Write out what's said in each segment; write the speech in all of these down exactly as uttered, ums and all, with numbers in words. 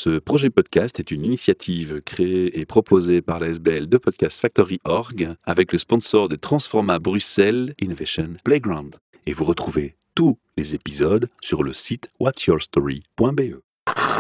Ce projet podcast est une initiative créée et proposée par la S B L de Podcast Factory point org avec le sponsor de Transforma Bruxelles Innovation Playground. Et vous retrouvez tous les épisodes sur le site what's your story point b e.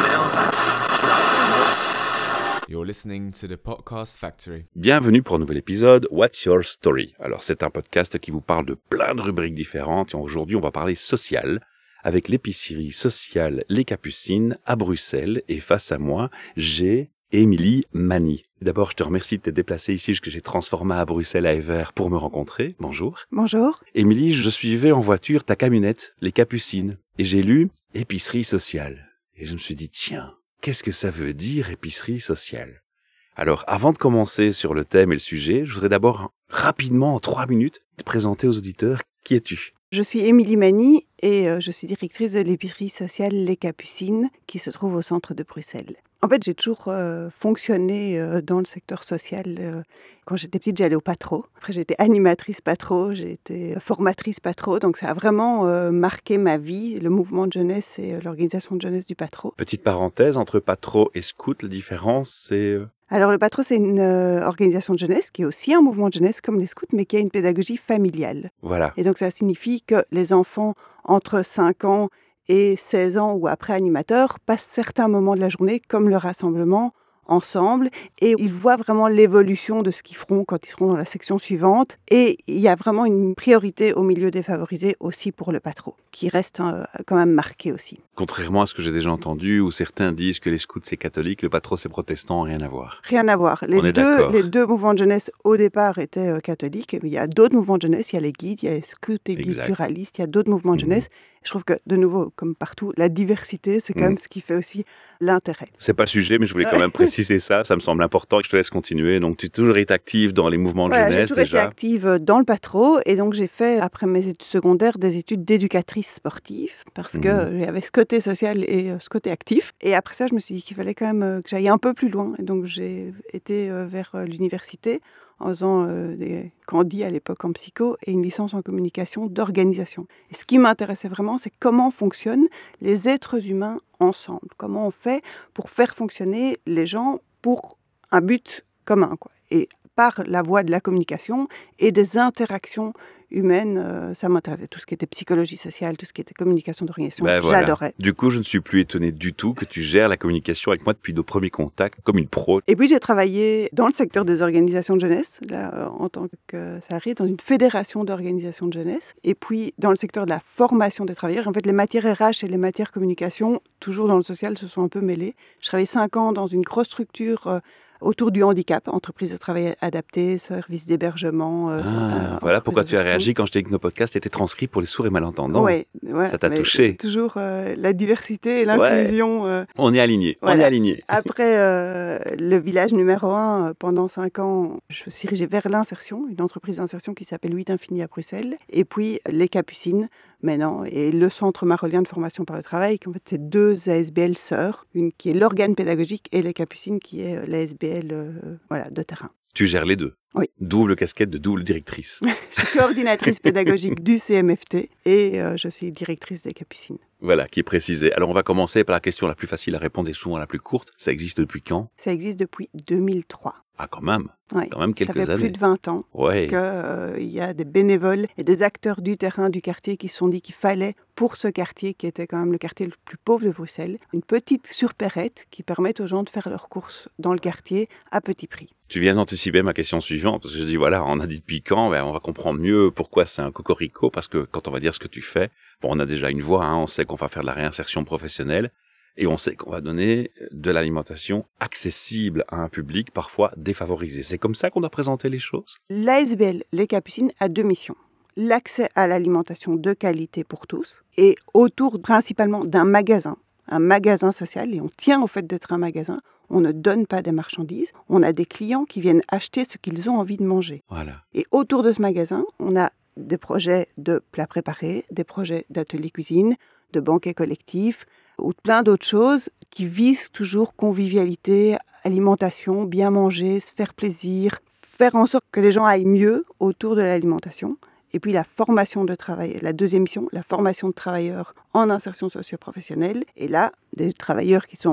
You're listening to the Podcast Factory. Bienvenue pour un nouvel épisode What's Your Story. Alors c'est un podcast qui vous parle de plein de rubriques différentes et aujourd'hui on va parler social avec l'épicerie sociale Les Capucines à Bruxelles et face à moi j'ai Émilie Mani. D'abord je te remercie de t'être déplacée ici jusque j'ai Transforma à Bruxelles à Evere pour me rencontrer. Bonjour. Bonjour. Émilie, je suivais en voiture ta camionnette Les Capucines et j'ai lu épicerie sociale et je me suis dit tiens, qu'est-ce que ça veut dire épicerie sociale ? Alors, avant de commencer sur le thème et le sujet, je voudrais d'abord, rapidement, en trois minutes, te présenter aux auditeurs qui es-tu ? Je suis Émilie Mani et euh, je suis directrice de l'épicerie sociale Les Capucines qui se trouve au centre de Bruxelles. En fait, j'ai toujours euh, fonctionné euh, dans le secteur social. Euh, quand j'étais petite, j'allais au Patro. Après, j'ai été animatrice Patro, j'ai été formatrice Patro. Donc, ça a vraiment euh, marqué ma vie, le mouvement de jeunesse et euh, l'organisation de jeunesse du Patro. Petite parenthèse, entre Patro et Scout, la différence, c'est... Euh... Alors, le Patro, c'est une euh, organisation de jeunesse qui est aussi un mouvement de jeunesse comme les scouts, mais qui a une pédagogie familiale. Voilà. Et donc, ça signifie que les enfants entre cinq ans et seize ans ou après animateurs passent certains moments de la journée, comme le rassemblement, ensemble, et ils voient vraiment l'évolution de ce qu'ils feront quand ils seront dans la section suivante. Et il y a vraiment une priorité au milieu défavorisé aussi pour le Patro, qui reste euh, quand même marqué aussi. Contrairement à ce que j'ai déjà entendu, où certains disent que les scouts c'est catholique, le Patro c'est protestant, rien à voir. Rien à voir. Les, On est deux, d'accord. les deux mouvements de jeunesse au départ étaient euh, catholiques, mais il y a d'autres mouvements de jeunesse, il y a les guides, il y a les scouts et guides Exact. pluralistes, il y a d'autres mouvements de Mhm. jeunesse. Je trouve que, de nouveau, comme partout, la diversité, c'est quand Mhm. même ce qui fait aussi l'intérêt. C'est pas le sujet, mais je voulais quand même préciser ça, ça me semble important. Je te laisse continuer. Donc, tu as toujours été active dans les mouvements de Voilà, j'ai jeunesse toujours été déjà. active dans le Patro et donc j'ai fait, après mes études secondaires, des études d'éducatrice sportive parce que Mhm. j'avais ce côté social et euh, ce côté actif. Et après ça, je me suis dit qu'il fallait quand même euh, que j'aille un peu plus loin. Et donc j'ai été euh, vers euh, l'université en faisant euh, des candis à l'époque en psycho et une licence en communication d'organisation. Et ce qui m'intéressait vraiment, c'est comment fonctionnent les êtres humains ensemble. Comment on fait pour faire fonctionner les gens pour un but commun, quoi. Et par la voie de la communication et des interactions humaines, euh, ça m'intéressait. Tout ce qui était psychologie sociale, tout ce qui était communication d'organisation, Ben voilà. j'adorais. Du coup, je ne suis plus étonné du tout que tu gères la communication avec moi depuis nos premiers contacts comme une pro. Et puis j'ai travaillé dans le secteur des organisations de jeunesse, là, euh, en tant que salarié, dans une fédération d'organisations de jeunesse. Et puis dans le secteur de la formation des travailleurs. En fait, les matières R H et les matières communication, toujours dans le social, se sont un peu mêlées. Je travaillais cinq ans dans une grosse structure euh, autour du handicap, entreprise de travail adapté, service d'hébergement. Euh, Ah, euh, voilà entreprise pourquoi de tu as gestion. réagi quand je t'ai dit que nos podcasts étaient transcrits pour les sourds et malentendants. Ouais, ouais, Ça t'a mais touché. Toujours euh, la diversité et l'inclusion. euh, On est alignés, on Voilà. est alignés. Après euh, le village numéro un, euh, pendant cinq ans, je me suis dirigée vers l'insertion, une entreprise d'insertion qui s'appelle huit Infini à Bruxelles. Et puis les Capucines, maintenant, et le Centre marolien de formation par le travail, qui en fait c'est deux A S B L sœurs, une qui est l'organe pédagogique et les Capucines qui est euh, l'A S B L euh, voilà, de terrain. Tu gères les deux. Oui. Double casquette de double directrice. Je suis coordinatrice pédagogique du C M F T et euh, je suis directrice des Capucines. Voilà, qui est précisé. Alors, on va commencer par la question la plus facile à répondre et souvent la plus courte. Ça existe depuis quand ? Ça existe depuis deux mille trois. Ah, quand même. Ouais. Quand même quelques Ça fait années. plus de vingt ans. Ouais. qu'il euh, y a des bénévoles et des acteurs du terrain, du quartier qui se sont dit qu'il fallait, pour ce quartier qui était quand même le quartier le plus pauvre de Bruxelles, une petite surpérette qui permette aux gens de faire leurs courses dans le quartier à petit prix. Tu viens d'anticiper ma question suivante, parce que je dis, voilà, on a dit depuis quand, ben, on va comprendre mieux pourquoi c'est un cocorico, parce que quand on va dire ce que tu fais, bon, on a déjà une voix, hein, on sait qu'on va faire de la réinsertion professionnelle, et on sait qu'on va donner de l'alimentation accessible à un public parfois défavorisé. C'est comme ça qu'on a présenté les choses ? L'A S B L Les Capucines a deux missions. L'accès à l'alimentation de qualité pour tous, et autour principalement d'un magasin, un magasin social, et on tient au fait d'être un magasin. On ne donne pas des marchandises, on a des clients qui viennent acheter ce qu'ils ont envie de manger. Voilà. Et autour de ce magasin, on a des projets de plats préparés, des projets d'ateliers cuisine, de banquets collectifs, ou plein d'autres choses qui visent toujours convivialité, alimentation, bien manger, se faire plaisir, faire en sorte que les gens aillent mieux autour de l'alimentation. Et puis la formation de travail, la deuxième mission, la formation de travailleurs en insertion socio-professionnelle. Et là, des travailleurs qui sont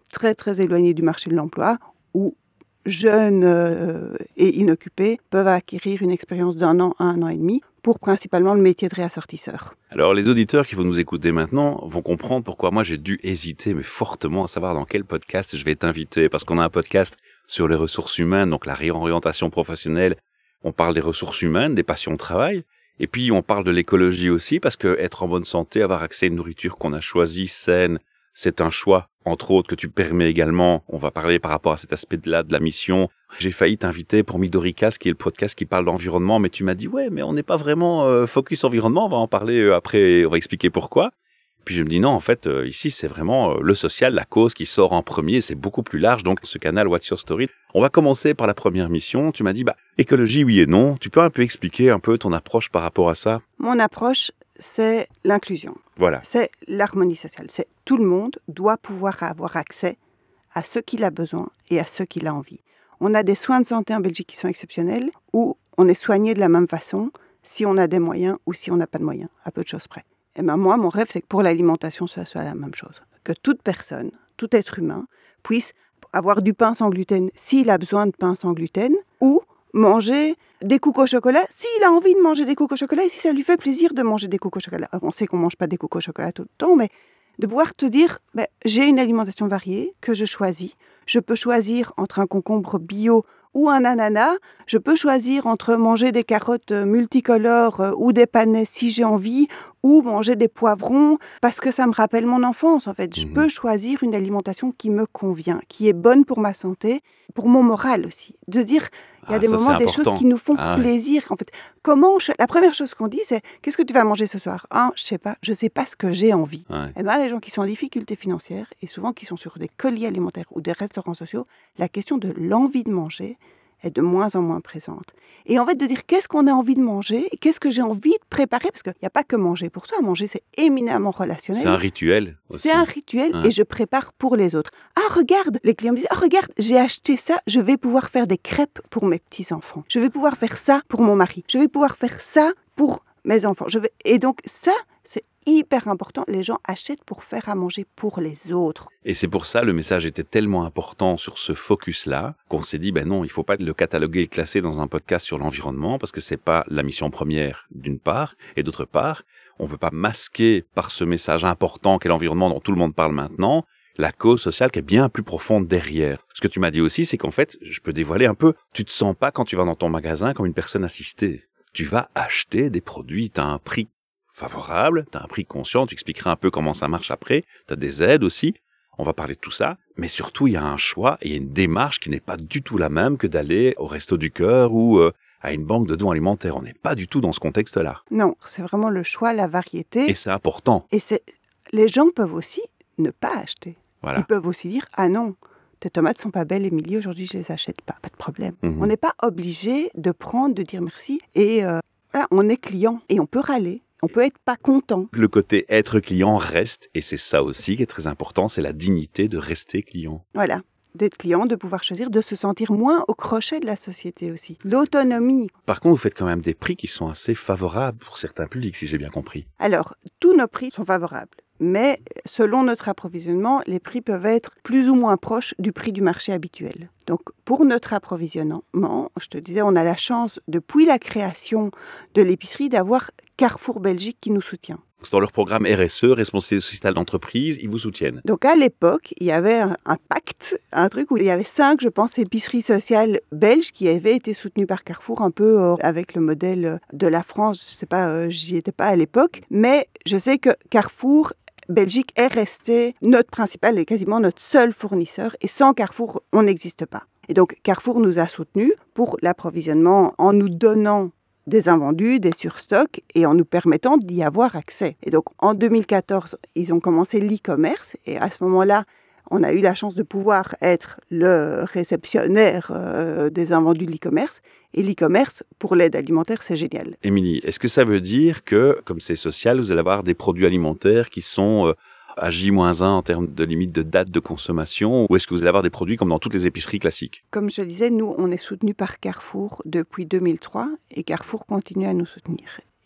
très très éloignés du marché de l'emploi, où jeunes euh, et inoccupés peuvent acquérir une expérience d'un an à un an et demi pour principalement le métier de réassortisseur. Alors les auditeurs qui vont nous écouter maintenant vont comprendre pourquoi moi j'ai dû hésiter mais fortement à savoir dans quel podcast je vais t'inviter, parce qu'on a un podcast sur les ressources humaines, donc la réorientation professionnelle, on parle des ressources humaines, des passions au travail, et puis on parle de l'écologie aussi, parce que être en bonne santé, avoir accès à une nourriture qu'on a choisie, saine, c'est un choix, entre autres, que tu permets également. On va parler par rapport à cet aspect-là de la mission. J'ai failli t'inviter pour Midoricast, qui est le podcast qui parle d'environnement, mais tu m'as dit, ouais, mais on n'est pas vraiment euh, focus environnement, on va en parler euh, après, on va expliquer pourquoi. Puis je me dis, non, en fait, euh, ici, c'est vraiment euh, le social, la cause qui sort en premier, c'est beaucoup plus large, donc ce canal What's Your Story. On va commencer par la première mission. Tu m'as dit, bah, écologie, oui et non. Tu peux un peu expliquer un peu ton approche par rapport à ça? Mon approche, c'est l'inclusion. Voilà. C'est l'harmonie sociale. C'est tout le monde doit pouvoir avoir accès à ce qu'il a besoin et à ce qu'il a envie. On a des soins de santé en Belgique qui sont exceptionnels, où on est soigné de la même façon si on a des moyens ou si on n'a pas de moyens, à peu de choses près. Et ben moi, mon rêve, c'est que pour l'alimentation, ça soit la même chose. Que toute personne, tout être humain, puisse avoir du pain sans gluten s'il a besoin de pain sans gluten, ou manger des cookies au chocolat s'il a envie de manger des cookies au chocolat et si ça lui fait plaisir de manger des cookies au chocolat. Alors, on sait qu'on ne mange pas des cookies au chocolat tout le temps, mais de pouvoir te dire, ben, j'ai une alimentation variée que je choisis. Je peux choisir entre un concombre bio ou un ananas. Je peux choisir entre manger des carottes multicolores ou des panais si j'ai envie, ou manger des poivrons parce que ça me rappelle mon enfance. En fait, je mmh. peux choisir une alimentation qui me convient, qui est bonne pour ma santé, pour mon moral aussi. De dire, il y a ah, des ça, moments, des choses qui nous font ah, plaisir. En fait, comment je... la première chose qu'on dit, c'est qu'est-ce que tu vas manger ce soir? Ah, je sais pas, je sais pas ce que j'ai envie. Ouais. Et ben, les gens qui sont en difficulté financière et souvent qui sont sur des colis alimentaires ou des restaurants sociaux, la question de l'envie de manger est de moins en moins présente. Et en fait, de dire qu'est-ce qu'on a envie de manger, qu'est-ce que j'ai envie de préparer, parce qu'il n'y a pas que manger pour soi. Manger, c'est éminemment relationnel. C'est un rituel aussi. C'est un rituel ouais. et je prépare pour les autres. Ah, regarde, les clients me disent, ah, regarde, j'ai acheté ça, je vais pouvoir faire des crêpes pour mes petits-enfants. Je vais pouvoir faire ça pour mon mari. Je vais pouvoir faire ça pour mes enfants. Je vais... Et donc, ça, c'est hyper important. Les gens achètent pour faire à manger pour les autres. Et c'est pour ça, le message était tellement important sur ce focus-là, qu'on s'est dit, ben non, il faut pas le cataloguer et le classer dans un podcast sur l'environnement, parce que c'est pas la mission première, d'une part, et d'autre part, on veut pas masquer par ce message important qu'est l'environnement dont tout le monde parle maintenant, la cause sociale qui est bien plus profonde derrière. Ce que tu m'as dit aussi, c'est qu'en fait, je peux dévoiler un peu, tu te sens pas quand tu vas dans ton magasin comme une personne assistée. Tu vas acheter des produits, tu as un prix favorable, tu as un prix conscient, tu expliqueras un peu comment ça marche après, tu as des aides aussi, on va parler de tout ça, mais surtout il y a un choix et il y a une démarche qui n'est pas du tout la même que d'aller au Resto du Cœur ou euh, à une banque de dons alimentaires. On n'est pas du tout dans ce contexte-là. Non, c'est vraiment le choix, la variété. Et c'est important. Et c'est... les gens peuvent aussi ne pas acheter. Voilà. Ils peuvent aussi dire, ah non, tes tomates sont pas belles, Émilie, aujourd'hui je les achète pas, pas de problème. Mmh. On n'est pas obligé de prendre, de dire merci et euh, voilà, on est client et on peut râler. On peut être pas content. Le côté être client reste, et c'est ça aussi qui est très important, c'est la dignité de rester client. Voilà, d'être client, de pouvoir choisir, de se sentir moins au crochet de la société aussi. L'autonomie. Par contre, vous faites quand même des prix qui sont assez favorables pour certains publics, si j'ai bien compris. Alors, tous nos prix sont favorables. Mais selon notre approvisionnement, les prix peuvent être plus ou moins proches du prix du marché habituel. Donc pour notre approvisionnement, je te disais, on a la chance, depuis la création de l'épicerie, d'avoir Carrefour Belgique qui nous soutient. Dans leur programme R S E, responsabilité sociale d'entreprise, ils vous soutiennent. Donc à l'époque, il y avait un, un pacte, un truc où il y avait cinq, je pense, épiceries sociales belges qui avaient été soutenues par Carrefour, un peu euh, avec le modèle de la France. Je ne sais pas, euh, j'y étais pas à l'époque, mais je sais que Carrefour Belgique est resté notre principal et quasiment notre seul fournisseur. Et sans Carrefour, on n'existe pas. Et donc, Carrefour nous a soutenus pour l'approvisionnement en nous donnant des invendus, des surstocks et en nous permettant d'y avoir accès. Et donc, en deux mille quatorze, ils ont commencé l'e-commerce. Et à ce moment-là, on a eu la chance de pouvoir être le réceptionnaire euh, des invendus de l'e-commerce. Et l'e-commerce, pour l'aide alimentaire, c'est génial. Émilie, est-ce que ça veut dire que, comme c'est social, vous allez avoir des produits alimentaires qui sont euh, à J moins un en termes de limite de date de consommation, ou est-ce que vous allez avoir des produits comme dans toutes les épiceries classiques? Comme je le disais, nous, on est soutenus par Carrefour depuis deux mille trois et Carrefour continue à nous soutenir. Et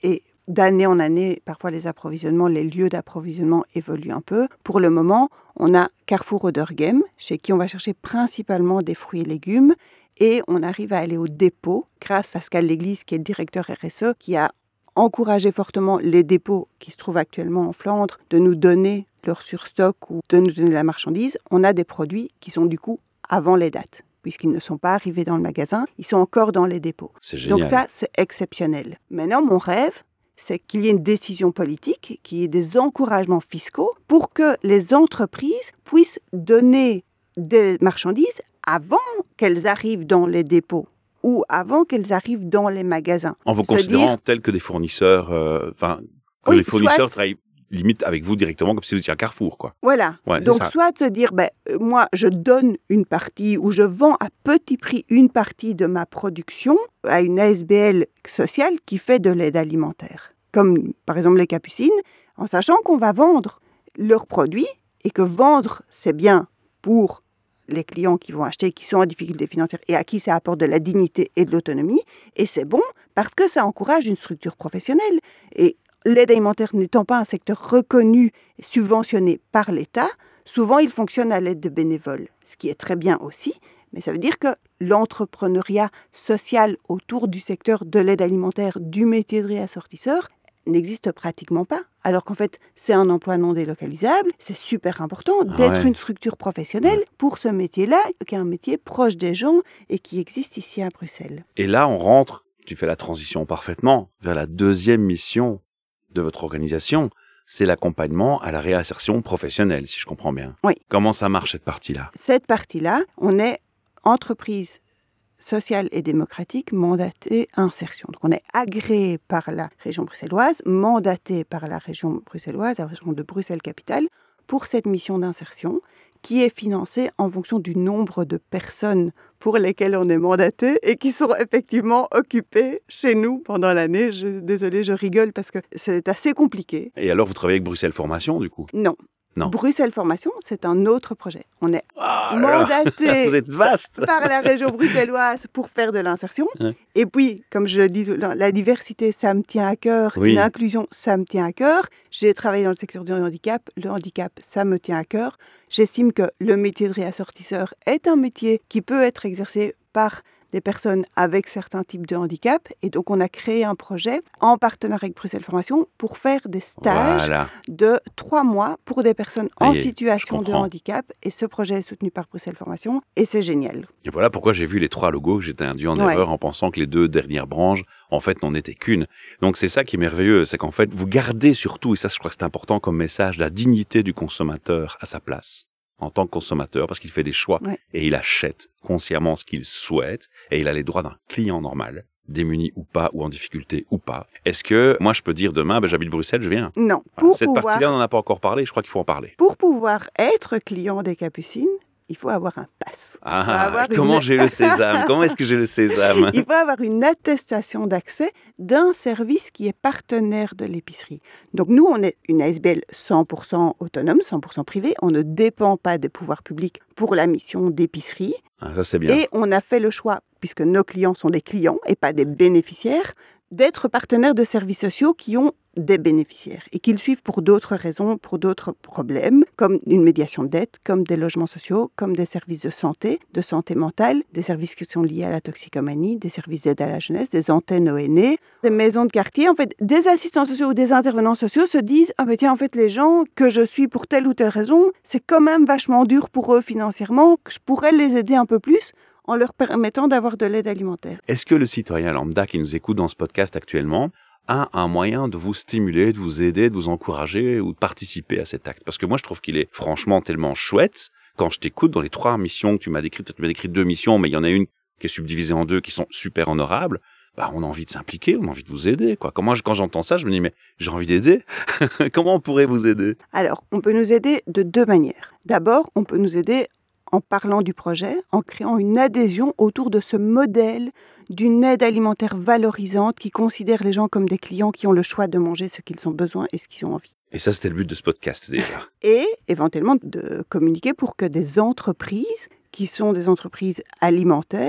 d'année en année, parfois les approvisionnements, les lieux d'approvisionnement évoluent un peu. Pour le moment, on a Carrefour Oderghem, chez qui on va chercher principalement des fruits et légumes. Et on arrive à aller au dépôt, grâce à Pascal Léglise, qui est le directeur R S E, qui a encouragé fortement les dépôts qui se trouvent actuellement en Flandre de nous donner leur surstock ou de nous donner la marchandise. On a des produits qui sont du coup avant les dates, puisqu'ils ne sont pas arrivés dans le magasin, ils sont encore dans les dépôts. C'est génial. Donc ça, c'est exceptionnel. Maintenant, mon rêve, c'est qu'il y ait une décision politique, qu'il y ait des encouragements fiscaux pour que les entreprises puissent donner des marchandises avant qu'elles arrivent dans les dépôts ou avant qu'elles arrivent dans les magasins. En vous Se considérant dire, tels que des fournisseurs, euh, enfin, que Oui, les fournisseurs soit- travaillent limite avec vous directement, comme si vous étiez un Carrefour, quoi. Voilà. Ouais, c'est Donc, ça. soit se dire, ben, euh, moi, je donne une partie ou je vends à petit prix une partie de ma production à une A S B L sociale qui fait de l'aide alimentaire. Comme, par exemple, les Capucines, en sachant qu'on va vendre leurs produits et que vendre, c'est bien pour les clients qui vont acheter, qui sont en difficulté financière et à qui ça apporte de la dignité et de l'autonomie. Et c'est bon parce que ça encourage une structure professionnelle. Et l'aide alimentaire n'étant pas un secteur reconnu et subventionné par l'État, souvent il fonctionne à l'aide de bénévoles, ce qui est très bien aussi. Mais ça veut dire que l'entrepreneuriat social autour du secteur de l'aide alimentaire, du métier de réassortisseur, n'existe pratiquement pas. Alors qu'en fait, c'est un emploi non délocalisable. C'est super important d'être ouais. une structure professionnelle pour ce métier-là, qui est un métier proche des gens et qui existe ici à Bruxelles. Et là, on rentre, tu fais la transition parfaitement, vers la deuxième mission de votre organisation, c'est l'accompagnement à la réinsertion professionnelle, si je comprends bien. Oui. Comment ça marche, cette partie-là? Cette partie-là, on est entreprise sociale et démocratique mandatée insertion. Donc on est agréé par la région bruxelloise, mandaté par la région bruxelloise, la région de Bruxelles-Capitale, pour cette mission d'insertion qui est financée en fonction du nombre de personnes pour lesquelles on est mandaté et qui sont effectivement occupées chez nous pendant l'année. Je, désolée, je rigole parce que c'est assez compliqué. Et alors, vous travaillez avec Bruxelles Formation, du coup? Non. Non. Bruxelles Formation, c'est un autre projet. On est Ah là là, mandaté vous êtes vaste. par la région bruxelloise pour faire de l'insertion. Ouais. Et puis, comme je le dis, la la diversité, ça me tient à cœur. Oui. L'inclusion, ça me tient à cœur. J'ai travaillé dans le secteur du handicap. Le handicap, ça me tient à cœur. J'estime que le métier de réassortisseur est un métier qui peut être exercé par des personnes avec certains types de handicap. Et donc, on a créé un projet en partenariat avec Bruxelles Formation pour faire des stages Voilà. de trois mois pour des personnes en Ça y est, situation je de comprends. handicap. Et ce projet est soutenu par Bruxelles Formation et c'est génial. Et voilà pourquoi j'ai vu les trois logos, que j'étais induit en Ouais. erreur en pensant que les deux dernières branches, en fait, n'en étaient qu'une. Donc c'est ça qui est merveilleux, c'est qu'en fait, vous gardez surtout, et ça je crois que c'est important comme message, la dignité du consommateur à sa place, en tant que consommateur, parce qu'il fait des choix Ouais. et il achète consciemment ce qu'il souhaite et il a les droits d'un client normal, démuni ou pas, ou en difficulté ou pas. Est-ce que moi je peux dire demain, ben, j'habite Bruxelles, je viens? Non, Voilà. pour Cette pouvoir, partie-là, on n'en a pas encore parlé, je crois qu'il faut en parler. pour pouvoir être client des Capucines, il faut avoir un pass. Ah, avoir comment une- j'ai le sésame? Comment est-ce que j'ai le sésame? Il faut avoir une attestation d'accès d'un service qui est partenaire de l'épicerie. Donc nous, on est une A S B L cent pour cent autonome, cent pour cent privée. On ne dépend pas des pouvoirs publics pour la mission d'épicerie. Ah, ça c'est bien. Et on a fait le choix, puisque nos clients sont des clients et pas des bénéficiaires, d'être partenaires de services sociaux qui ont des bénéficiaires et qu'ils suivent pour d'autres raisons, pour d'autres problèmes, comme une médiation de dette, comme des logements sociaux, comme des services de santé, de santé mentale, des services qui sont liés à la toxicomanie, des services d'aide à la jeunesse, des antennes O N E, des maisons de quartier. En fait, des assistants sociaux ou des intervenants sociaux se disent « Ah ben tiens, en fait, les gens que je suis pour telle ou telle raison, c'est quand même vachement dur pour eux financièrement, que je pourrais les aider un peu plus en leur permettant d'avoir de l'aide alimentaire. » Est-ce que le citoyen lambda qui nous écoute dans ce podcast actuellement a un moyen de vous stimuler, de vous aider, de vous encourager ou de participer à cet acte? Parce que moi, je trouve qu'il est franchement tellement chouette. Quand je t'écoute dans les trois missions que tu m'as décrites, tu m'as décrit deux missions, mais il y en a une qui est subdivisée en deux qui sont super honorables. Bah, on a envie de s'impliquer, on a envie de vous aider, quoi. Comment, quand j'entends ça, je me dis, mais j'ai envie d'aider. Comment on pourrait vous aider? Alors, on peut nous aider de deux manières. D'abord, on peut nous aider en parlant du projet, en créant une adhésion autour de ce modèle d'une aide alimentaire valorisante qui considère les gens comme des clients qui ont le choix de manger ce qu'ils ont besoin et ce qu'ils ont envie. Et ça, c'était le but de ce podcast, déjà. Et éventuellement de communiquer pour que des entreprises, qui sont des entreprises alimentaires,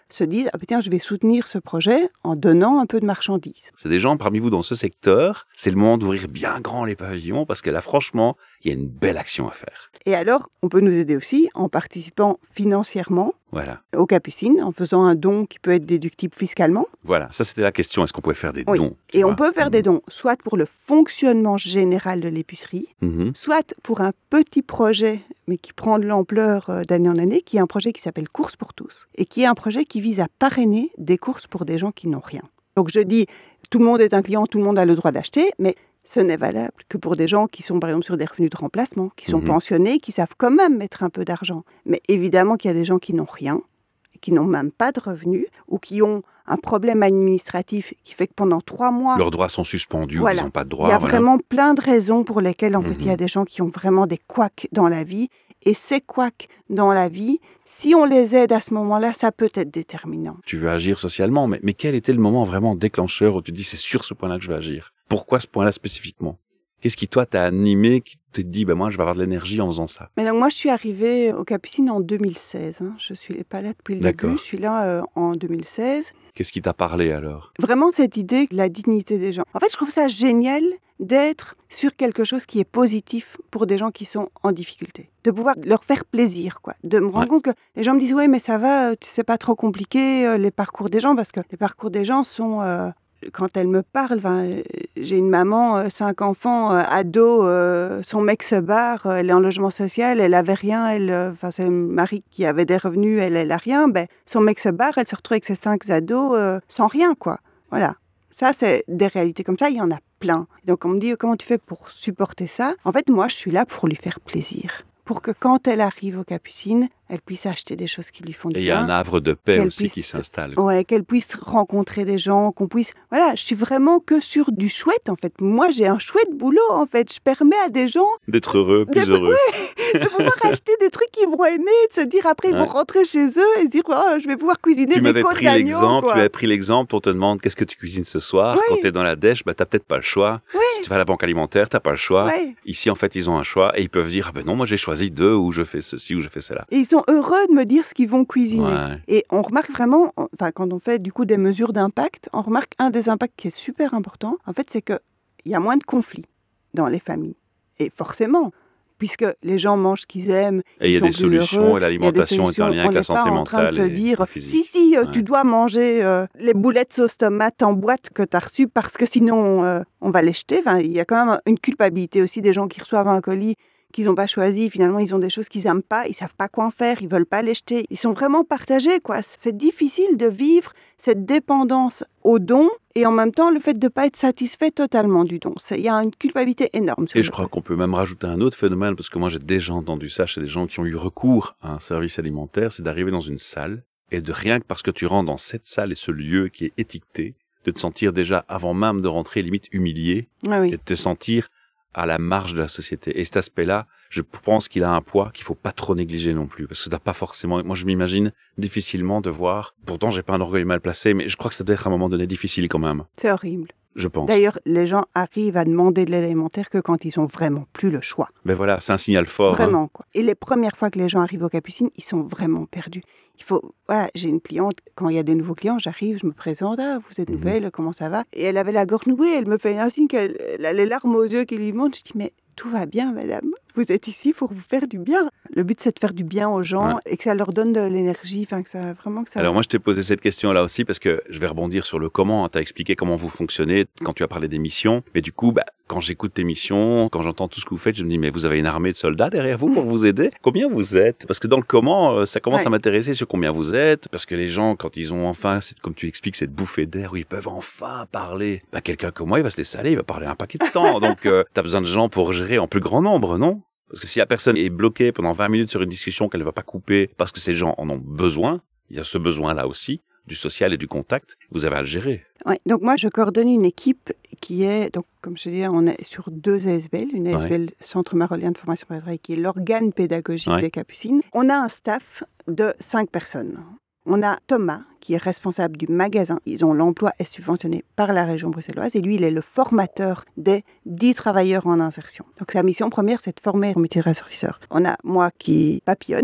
se disent « Ah ben tiens, je vais soutenir ce projet en donnant un peu de marchandises. » C'est des gens parmi vous dans ce secteur, c'est le moment d'ouvrir bien grand les pavillons parce que là, franchement, il y a une belle action à faire. Et alors, on peut nous aider aussi en participant financièrement Voilà. aux Capucines, en faisant un don qui peut être déductible fiscalement. Voilà, ça c'était la question, est-ce qu'on pouvait faire des Oui. dons? Et on peut faire des dons, soit pour le fonctionnement général de l'épicerie, Mhm. soit pour un petit projet, mais qui prend de l'ampleur euh, d'année en année, qui est un projet qui s'appelle Courses pour tous, et qui est un projet qui vise à parrainer des courses pour des gens qui n'ont rien. Donc je dis, tout le monde est un client, tout le monde a le droit d'acheter, mais ce n'est valable que pour des gens qui sont par exemple sur des revenus de remplacement, qui sont Mhm. pensionnés, qui savent quand même mettre un peu d'argent. Mais évidemment qu'il y a des gens qui n'ont rien, qui n'ont même pas de revenus, ou qui ont un problème administratif qui fait que pendant trois mois... Leurs droits sont suspendus, Voilà. ils n'ont pas de Il droits. y a voilà. vraiment plein de raisons pour lesquelles, en fait, il y a Mhm. des gens qui ont vraiment des couacs dans la vie. Et ces couacs dans la vie, si on les aide à ce moment-là, ça peut être déterminant. Tu veux agir socialement, mais, mais quel était le moment vraiment déclencheur où tu te dis c'est sur ce point-là que je vais agir? Pourquoi ce point-là spécifiquement? Qu'est-ce qui, toi, t'a animé, qui te dit, ben moi, je vais avoir de l'énergie en faisant ça? Mais donc, moi, je suis arrivée aux Capucines en deux mille seize. Hein. Je suis pas là depuis le D'accord. début. Je suis là euh, en deux mille seize. Qu'est-ce qui t'a parlé alors? Vraiment, cette idée de la dignité des gens. En fait, je trouve ça génial d'être sur quelque chose qui est positif pour des gens qui sont en difficulté. De pouvoir leur faire plaisir, quoi. De me rendre Ouais. compte que les gens me disent « Oui, mais ça va, tu sais pas trop compliqué, euh, les parcours des gens. » Parce que les parcours des gens sont... euh, quand elle me parle, euh, j'ai une maman, euh, cinq enfants, euh, ado, euh, son mec se barre, euh, elle est en logement social, elle avait rien, elle, euh, enfin c'est un mari qui avait des revenus, elle, elle a rien, ben, son mec se barre, elle se retrouve avec ses cinq ados euh, sans rien, quoi. Voilà. Ça, c'est des réalités comme ça, il y en a plein. Donc on me dit, comment tu fais pour supporter ça? En fait, moi, je suis là pour lui faire plaisir. Pour que quand elle arrive aux Capucines, elle puisse acheter des choses qui lui font du Et il y a bien. un havre de paix qu'elle aussi qui puisse- s'installe. Ouais, qu'elle puisse rencontrer des gens, qu'on puisse... Voilà, je suis vraiment que sur du chouette, en fait. Moi, j'ai un chouette boulot, en fait. Je permets à des gens D'être heureux, plus De- heureux. de pouvoir acheter des trucs qu'ils vont aimer, de se dire après, ils Ouais. vont rentrer chez eux et se dire, oh, je vais pouvoir cuisiner Tu des m'avais côtes pris d'agneau, l'exemple, quoi. tu avais pris l'exemple, on te demande qu'est-ce que tu cuisines ce soir. Oui. Quand tu es dans la dèche, bah, tu n'as peut-être pas le choix. Oui. Si tu vas à la banque alimentaire, tu n'as pas le choix. Ouais. Ici, en fait, ils ont un choix et ils peuvent dire, ah ben non, moi j'ai choisi deux, ou je fais ceci, ou je fais cela. Et ils sont heureux de me dire ce qu'ils vont cuisiner. Ouais. Et on remarque vraiment, enfin, quand on fait du coup des mesures d'impact, on remarque un des impacts qui est super important, en fait, c'est qu'il y a moins de conflits dans les familles. Et forcément, puisque les gens mangent ce qu'ils aiment, Et il y a ils des sont plus solutions, heureux, et l'alimentation est en lien on avec la n'est santé pas en train de mentale se et, dire, et physique. si, si, euh, Ouais. tu dois manger euh, les boulettes sauce tomate en boîte que tu as reçues parce que sinon euh, on va les jeter. Enfin, il y a quand même une culpabilité aussi des gens qui reçoivent un colis qu'ils n'ont pas choisi. Finalement, ils ont des choses qu'ils n'aiment pas, ils ne savent pas quoi en faire, ils ne veulent pas les jeter. Ils sont vraiment partagés, quoi. C'est difficile de vivre cette dépendance au don et en même temps le fait de ne pas être satisfait totalement du don. C'est- Il y a une culpabilité énorme. sur Et le je crois coup. qu'on peut même rajouter un autre phénomène, parce que moi j'ai déjà entendu ça chez des gens qui ont eu recours à un service alimentaire, c'est d'arriver dans une salle et de rien que parce que tu rentres dans cette salle et ce lieu qui est étiqueté, de te sentir déjà, avant même de rentrer, limite humilié, Ah oui. et de te sentir à la marge de la société. Et cet aspect-là, je pense qu'il a un poids qu'il faut pas trop négliger non plus, parce que t'as pas forcément... Moi, je m'imagine difficilement de voir... Pourtant, j'ai pas un orgueil mal placé, mais je crois que ça doit être à un moment donné difficile quand même, C'est horrible. je pense. D'ailleurs, les gens arrivent à demander de l'aide alimentaire que quand ils ont vraiment plus le choix. Mais voilà, c'est un signal fort. hein. Vraiment, quoi. Et les premières fois que les gens arrivent aux Capucines, ils sont vraiment perdus. Il faut, voilà, j'ai une cliente, quand il y a des nouveaux clients, j'arrive, je me présente, ah, vous êtes Mhm. nouvelle, comment ça va? Et elle avait la gorge nouée, elle me fait un signe qu'elle elle a les larmes aux yeux qui lui montent. Je dis, mais tout va bien, madame. Vous êtes ici pour vous faire du bien. Le but, c'est de faire du bien aux gens Ouais. et que ça leur donne de l'énergie, enfin, que ça, vraiment que ça... Alors moi, je t'ai posé cette question-là aussi parce que je vais rebondir sur le comment. Tu as expliqué comment vous fonctionnez quand tu as parlé des missions. Mais du coup, bah, quand j'écoute tes missions, quand j'entends tout ce que vous faites, je me dis, mais vous avez une armée de soldats derrière vous pour vous aider? Combien vous êtes? Parce que dans le comment, euh, ça commence Ouais. à m'intéresser sur combien vous êtes. Parce que les gens, quand ils ont enfin, c'est, comme tu expliques, cette bouffée d'air où ils peuvent enfin parler, bah, quelqu'un comme moi, il va se laisser aller, il va parler un paquet de temps. Donc, euh, tu as besoin de gens pour gérer en plus grand nombre, non? Parce que si la personne est bloquée pendant vingt minutes sur une discussion qu'elle ne va pas couper parce que ces gens en ont besoin, il y a ce besoin-là aussi, du social et du contact, vous avez à le gérer. Ouais, donc moi, je coordonne une équipe qui est, donc, comme je te disais, on est sur deux A S B L. Une A S B L, Centre Marolien de formation pour le travail, qui est l'organe pédagogique Ouais. des Capucines. On a un staff de cinq personnes. On a Thomas, qui est responsable du magasin. Ils ont l'emploi est subventionné par la région bruxelloise et lui, il est le formateur des dix travailleurs en insertion. Donc sa mission première, c'est de former un métier de ressortisseur. On a moi qui papillonne.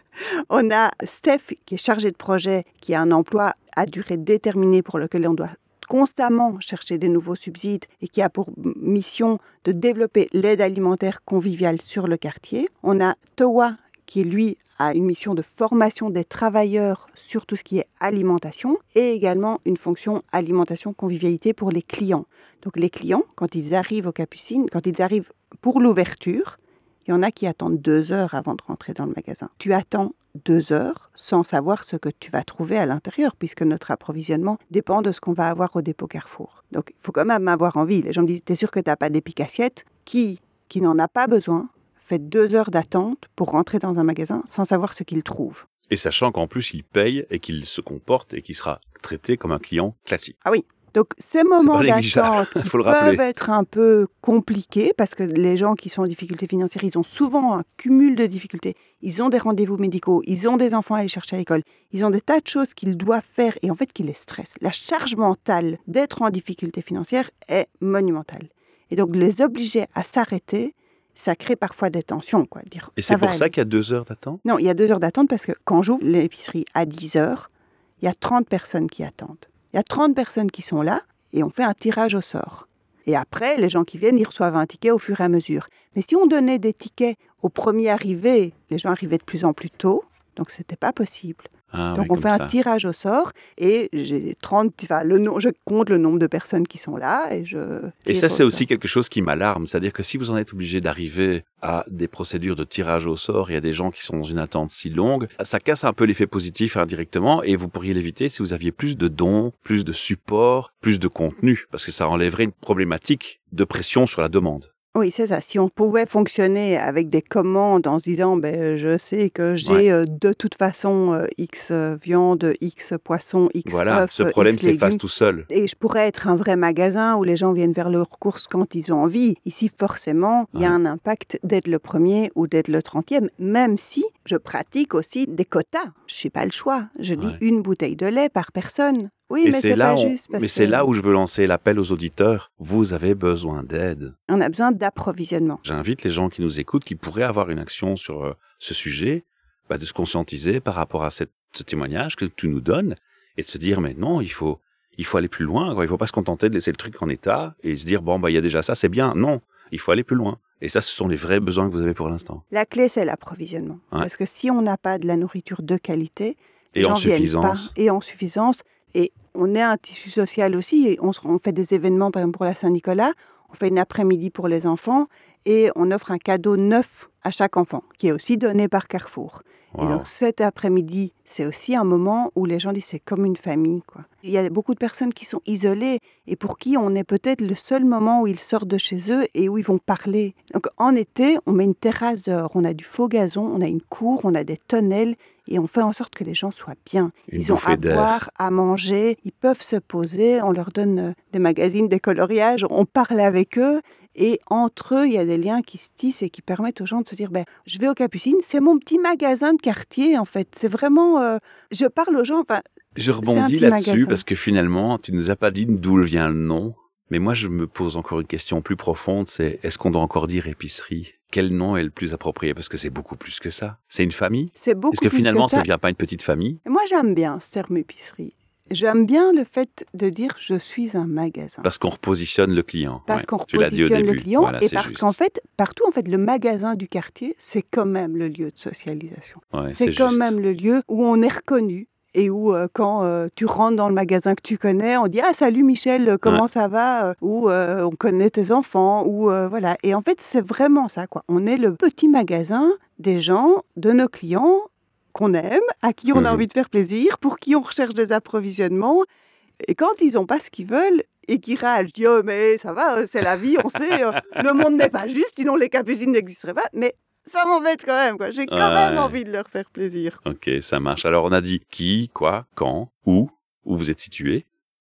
On a Steph, qui est chargé de projet, qui a un emploi à durée déterminée pour lequel on doit constamment chercher des nouveaux subsides et qui a pour mission de développer l'aide alimentaire conviviale sur le quartier. On a Towa, qui lui a une mission de formation des travailleurs sur tout ce qui est alimentation et également une fonction alimentation convivialité pour les clients. Donc les clients, quand ils arrivent aux Capucines, quand ils arrivent pour l'ouverture, il y en a qui attendent deux heures avant de rentrer dans le magasin. Tu attends deux heures sans savoir ce que tu vas trouver à l'intérieur, puisque notre approvisionnement dépend de ce qu'on va avoir au dépôt Carrefour. Donc, il faut quand même avoir envie. Les gens me disent, t'es sûr que tu n'as pas d'épic-assiette ? Qui, qui n'en a pas besoin, fait deux heures d'attente pour rentrer dans un magasin sans savoir ce qu'il trouve. Et sachant qu'en plus, il paye et qu'il se comporte et qu'il sera traité comme un client classique. Ah oui. Donc, ces moments d'attente qui Faut le peuvent rappeler. être un peu compliqués parce que les gens qui sont en difficulté financière, ils ont souvent un cumul de difficultés. Ils ont des rendez-vous médicaux, ils ont des enfants à aller chercher à l'école, ils ont des tas de choses qu'ils doivent faire et en fait qui les stressent. La charge mentale d'être en difficulté financière est monumentale. Et donc, les obliger à s'arrêter, ça crée parfois des tensions, quoi. Dire, Et c'est ça pour va ça aller. qu'il y a deux heures d'attente ? Non, il y a deux heures d'attente parce que quand j'ouvre l'épicerie à dix heures, il y a trente personnes qui attendent. Il y a trente personnes qui sont là et on fait un tirage au sort. Et après, les gens qui viennent, ils reçoivent un ticket au fur et à mesure. Mais si on donnait des tickets aux premiers arrivés, les gens arrivaient de plus en plus tôt, donc ce n'était pas possible. Ah, donc oui, on comme fait ça. un tirage au sort et j'ai trente, enfin, le nom, je compte le nombre de personnes qui sont là et je Et tire ça, au c'est sort. aussi quelque chose qui m'alarme. C'est-à-dire que si vous en êtes obligé d'arriver à des procédures de tirage au sort, il y a des gens qui sont dans une attente si longue, ça casse un peu l'effet positif indirectement et vous pourriez l'éviter si vous aviez plus de dons, plus de support, plus de contenu, parce que ça enlèverait une problématique de pression sur la demande. Oui, c'est ça. Si on pouvait fonctionner avec des commandes en se disant, ben, je sais que j'ai Ouais. euh, de toute façon euh, X euh, viande, X poisson, X Voilà, œufs, ce problème X s'efface légumes. tout seul. Et je pourrais être un vrai magasin où les gens viennent faire leurs courses quand ils ont envie. Ici, forcément, il y a Ouais. un impact d'être le premier ou d'être le trentième, même si je pratique aussi des quotas. Je n'ai pas le choix. Je dis Ouais. une bouteille de lait par personne. Oui, Et mais c'est c'est là, pas on- juste. Parce mais c'est que là où je veux lancer l'appel aux auditeurs. Vous avez besoin d'aide. on a besoin d'approvisionnement. J'invite les gens qui nous écoutent, qui pourraient avoir une action sur euh, ce sujet, bah, de se conscientiser par rapport à cette, ce témoignage que tu nous donnes et de se dire, mais non, il faut, il faut aller plus loin, quoi. Il faut pas se contenter de laisser le truc en état et se dire, bon, bah, il y a déjà ça, c'est bien. Non, il faut aller plus loin. Et ça, ce sont les vrais besoins que vous avez pour l'instant. La clé, c'est l'approvisionnement. Ouais. Parce que si on n'a pas de la nourriture de qualité, les Et gens en viennent suffisance. pas, et en suffisance. Et on est un tissu social aussi. Et on, se- on fait des événements, par exemple pour la Saint-Nicolas. On fait une après-midi pour les enfants et on offre un cadeau neuf à chaque enfant, qui est aussi donné par Carrefour. Et Wow. donc cet après-midi, c'est aussi un moment où les gens disent c'est comme une famille, quoi. Il y a beaucoup de personnes qui sont isolées et pour qui on est peut-être le seul moment où ils sortent de chez eux et où ils vont parler. Donc en été, on met une terrasse dehors, on a du faux gazon, on a une cour, on a des tonnelles et on fait en sorte que les gens soient bien. Une Ils ont bouffée à d'air. boire, à manger, ils peuvent se poser, on leur donne euh, des magazines, des coloriages, on parle avec eux. Et entre eux, il y a des liens qui se tissent et qui permettent aux gens de se dire ben, je vais aux Capucines, c'est mon petit magasin de quartier, en fait. C'est vraiment... euh, je parle aux gens... Enfin, Je c'est un rebondis petit là-dessus magasin. parce que finalement, tu nous as pas dit d'où vient le nom. Mais moi, je me pose encore une question plus profonde, c'est est-ce qu'on doit encore dire épicerie ? Quel nom est le plus approprié ? Parce que c'est beaucoup plus que ça. C'est une famille ? C'est beaucoup Est-ce que plus finalement, que ça ça. ne vient pas une petite famille ? Et moi, j'aime bien ce terme épicerie. J'aime bien le fait de dire je suis un magasin. Parce qu'on repositionne le client. Parce Ouais, qu'on tu l'as dit au repositionne le début. client Voilà, et c'est parce juste. qu'en fait, partout, en fait, le magasin du quartier, c'est quand même le lieu de socialisation. Ouais, c'est quand juste. même le lieu où on est reconnu et où euh, quand euh, tu rentres dans le magasin que tu connais, on dit ah salut Michel, euh, comment ça va euh, ou euh, on connaît tes enfants ou euh, voilà. Et en fait, c'est vraiment ça, quoi. On est le petit magasin des gens, de nos clients qu'on aime, à qui on Mhm. a envie de faire plaisir, pour qui on recherche des approvisionnements. Et quand ils n'ont pas ce qu'ils veulent et qu'ils râlent, je dis oh mais ça va, euh, c'est la vie, on sait, euh, le monde n'est pas juste, sinon les Capucines n'existeraient pas. Mais ça m'embête quand même, quoi. J'ai quand Ouais. même envie de leur faire plaisir. Ok, ça marche. Alors, on a dit qui, quoi, quand, où, où vous êtes situé.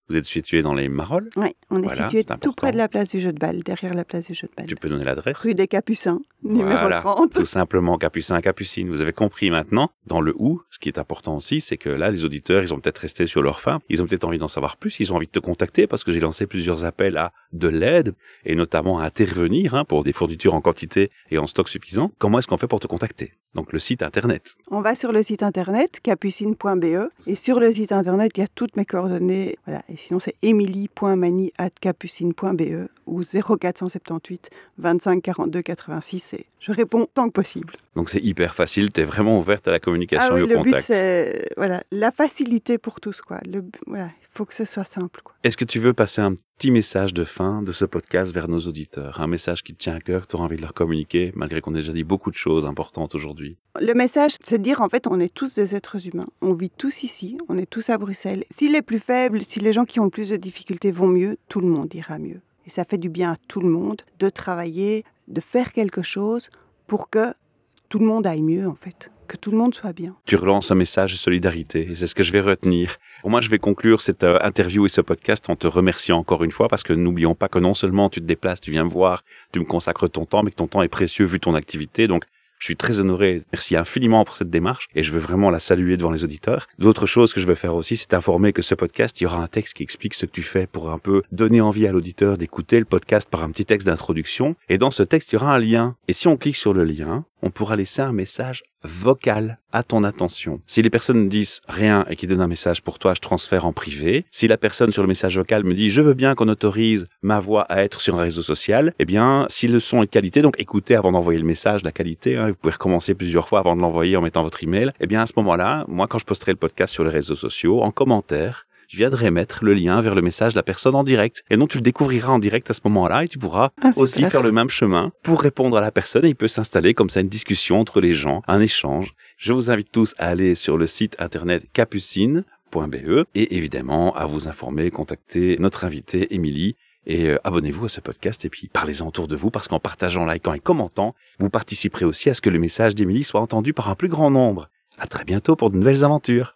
Vous êtes situé dans les Marolles. Oui, on est Voilà, situé c'est tout près important. de la place du Jeu de Balle, derrière la place du Jeu de Balle. Tu peux donner l'adresse. Rue des Capucins, numéro Voilà, trente. tout simplement Capucin, Capucine. Vous avez compris maintenant. Dans le où, ce qui est important aussi, c'est que là, les auditeurs, ils ont peut-être resté sur leur faim. Ils ont peut-être envie d'en savoir plus. Ils ont envie de te contacter parce que j'ai lancé plusieurs appels à de l'aide et notamment à intervenir hein, pour des fournitures en quantité et en stock suffisant. Comment est-ce qu'on fait pour te contacter? Donc le site internet. On va sur le site internet capucine point b e et sur le site internet, il y a toutes mes coordonnées. Voilà. Et sinon, c'est emily point mani arobase capucine point b e ou zéro quatre cent soixante-dix-huit vingt-cinq quarante-deux quatre-vingt-six et je réponds tant que possible. Donc c'est hyper facile. Tu es vraiment ouverte à la communication Ah oui, et au le contact. but, c'est voilà, la facilité pour tous. Quoi. Le, voilà, il faut que ce soit simple. Quoi. Est-ce que tu veux passer un petit message de fin de ce podcast vers nos auditeurs? Un message qui te tient à cœur, que tu auras envie de leur communiquer, malgré qu'on ait déjà dit beaucoup de choses importantes aujourd'hui. Le message, c'est de dire en fait, on est tous des êtres humains. On vit tous ici, on est tous à Bruxelles. Si les plus faibles, si les gens qui ont le plus de difficultés vont mieux, tout le monde ira mieux. Et ça fait du bien à tout le monde de travailler, de faire quelque chose pour que tout le monde aille mieux en fait. Que tout le monde soit bien. Tu relances un message de solidarité et c'est ce que je vais retenir. Pour moi, je vais conclure cette euh, interview et ce podcast en te remerciant encore une fois parce que n'oublions pas que non seulement tu te déplaces, tu viens me voir, tu me consacres ton temps, mais que ton temps est précieux vu ton activité. Donc, je suis très honoré. Merci infiniment pour cette démarche et je veux vraiment la saluer devant les auditeurs. L'autre chose que je veux faire aussi, c'est informer que ce podcast, il y aura un texte qui explique ce que tu fais pour un peu donner envie à l'auditeur d'écouter le podcast par un petit texte d'introduction. Et dans ce texte, il y aura un lien. Et si on clique sur le lien, on pourra laisser un message vocal à ton attention. Si les personnes ne disent rien et qu'ils donnent un message pour toi, je transfère en privé. Si la personne sur le message vocal me dit « je veux bien qu'on autorise ma voix à être sur un réseau social », eh bien, si le son est de qualité, donc écoutez avant d'envoyer le message, la qualité, hein, vous pouvez recommencer plusieurs fois avant de l'envoyer en mettant votre email, eh bien, à ce moment-là, moi, quand je posterai le podcast sur les réseaux sociaux, en commentaire, je viendrai mettre le lien vers le message de la personne en direct. Et donc, tu le découvriras en direct à ce moment-là et tu pourras Ah, aussi super. faire le même chemin pour répondre à la personne et il peut s'installer comme ça une discussion entre les gens, un échange. Je vous invite tous à aller sur le site internet capucine point b e et évidemment à vous informer, contacter notre invitée Émilie et euh, abonnez-vous à ce podcast et puis parlez-en autour de vous parce qu'en partageant, likant et commentant, vous participerez aussi à ce que le message d'Émilie soit entendu par un plus grand nombre. À très bientôt pour de nouvelles aventures.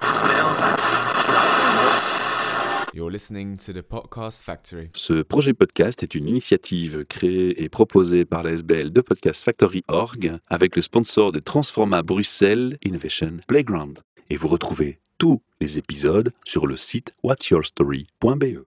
You're listening to the Podcast Factory. Ce projet podcast est une initiative créée et proposée par la S B L de Podcast Factory point org avec le sponsor de Transforma Bruxelles Innovation Playground. Et vous retrouvez tous les épisodes sur le site what's your story point b e.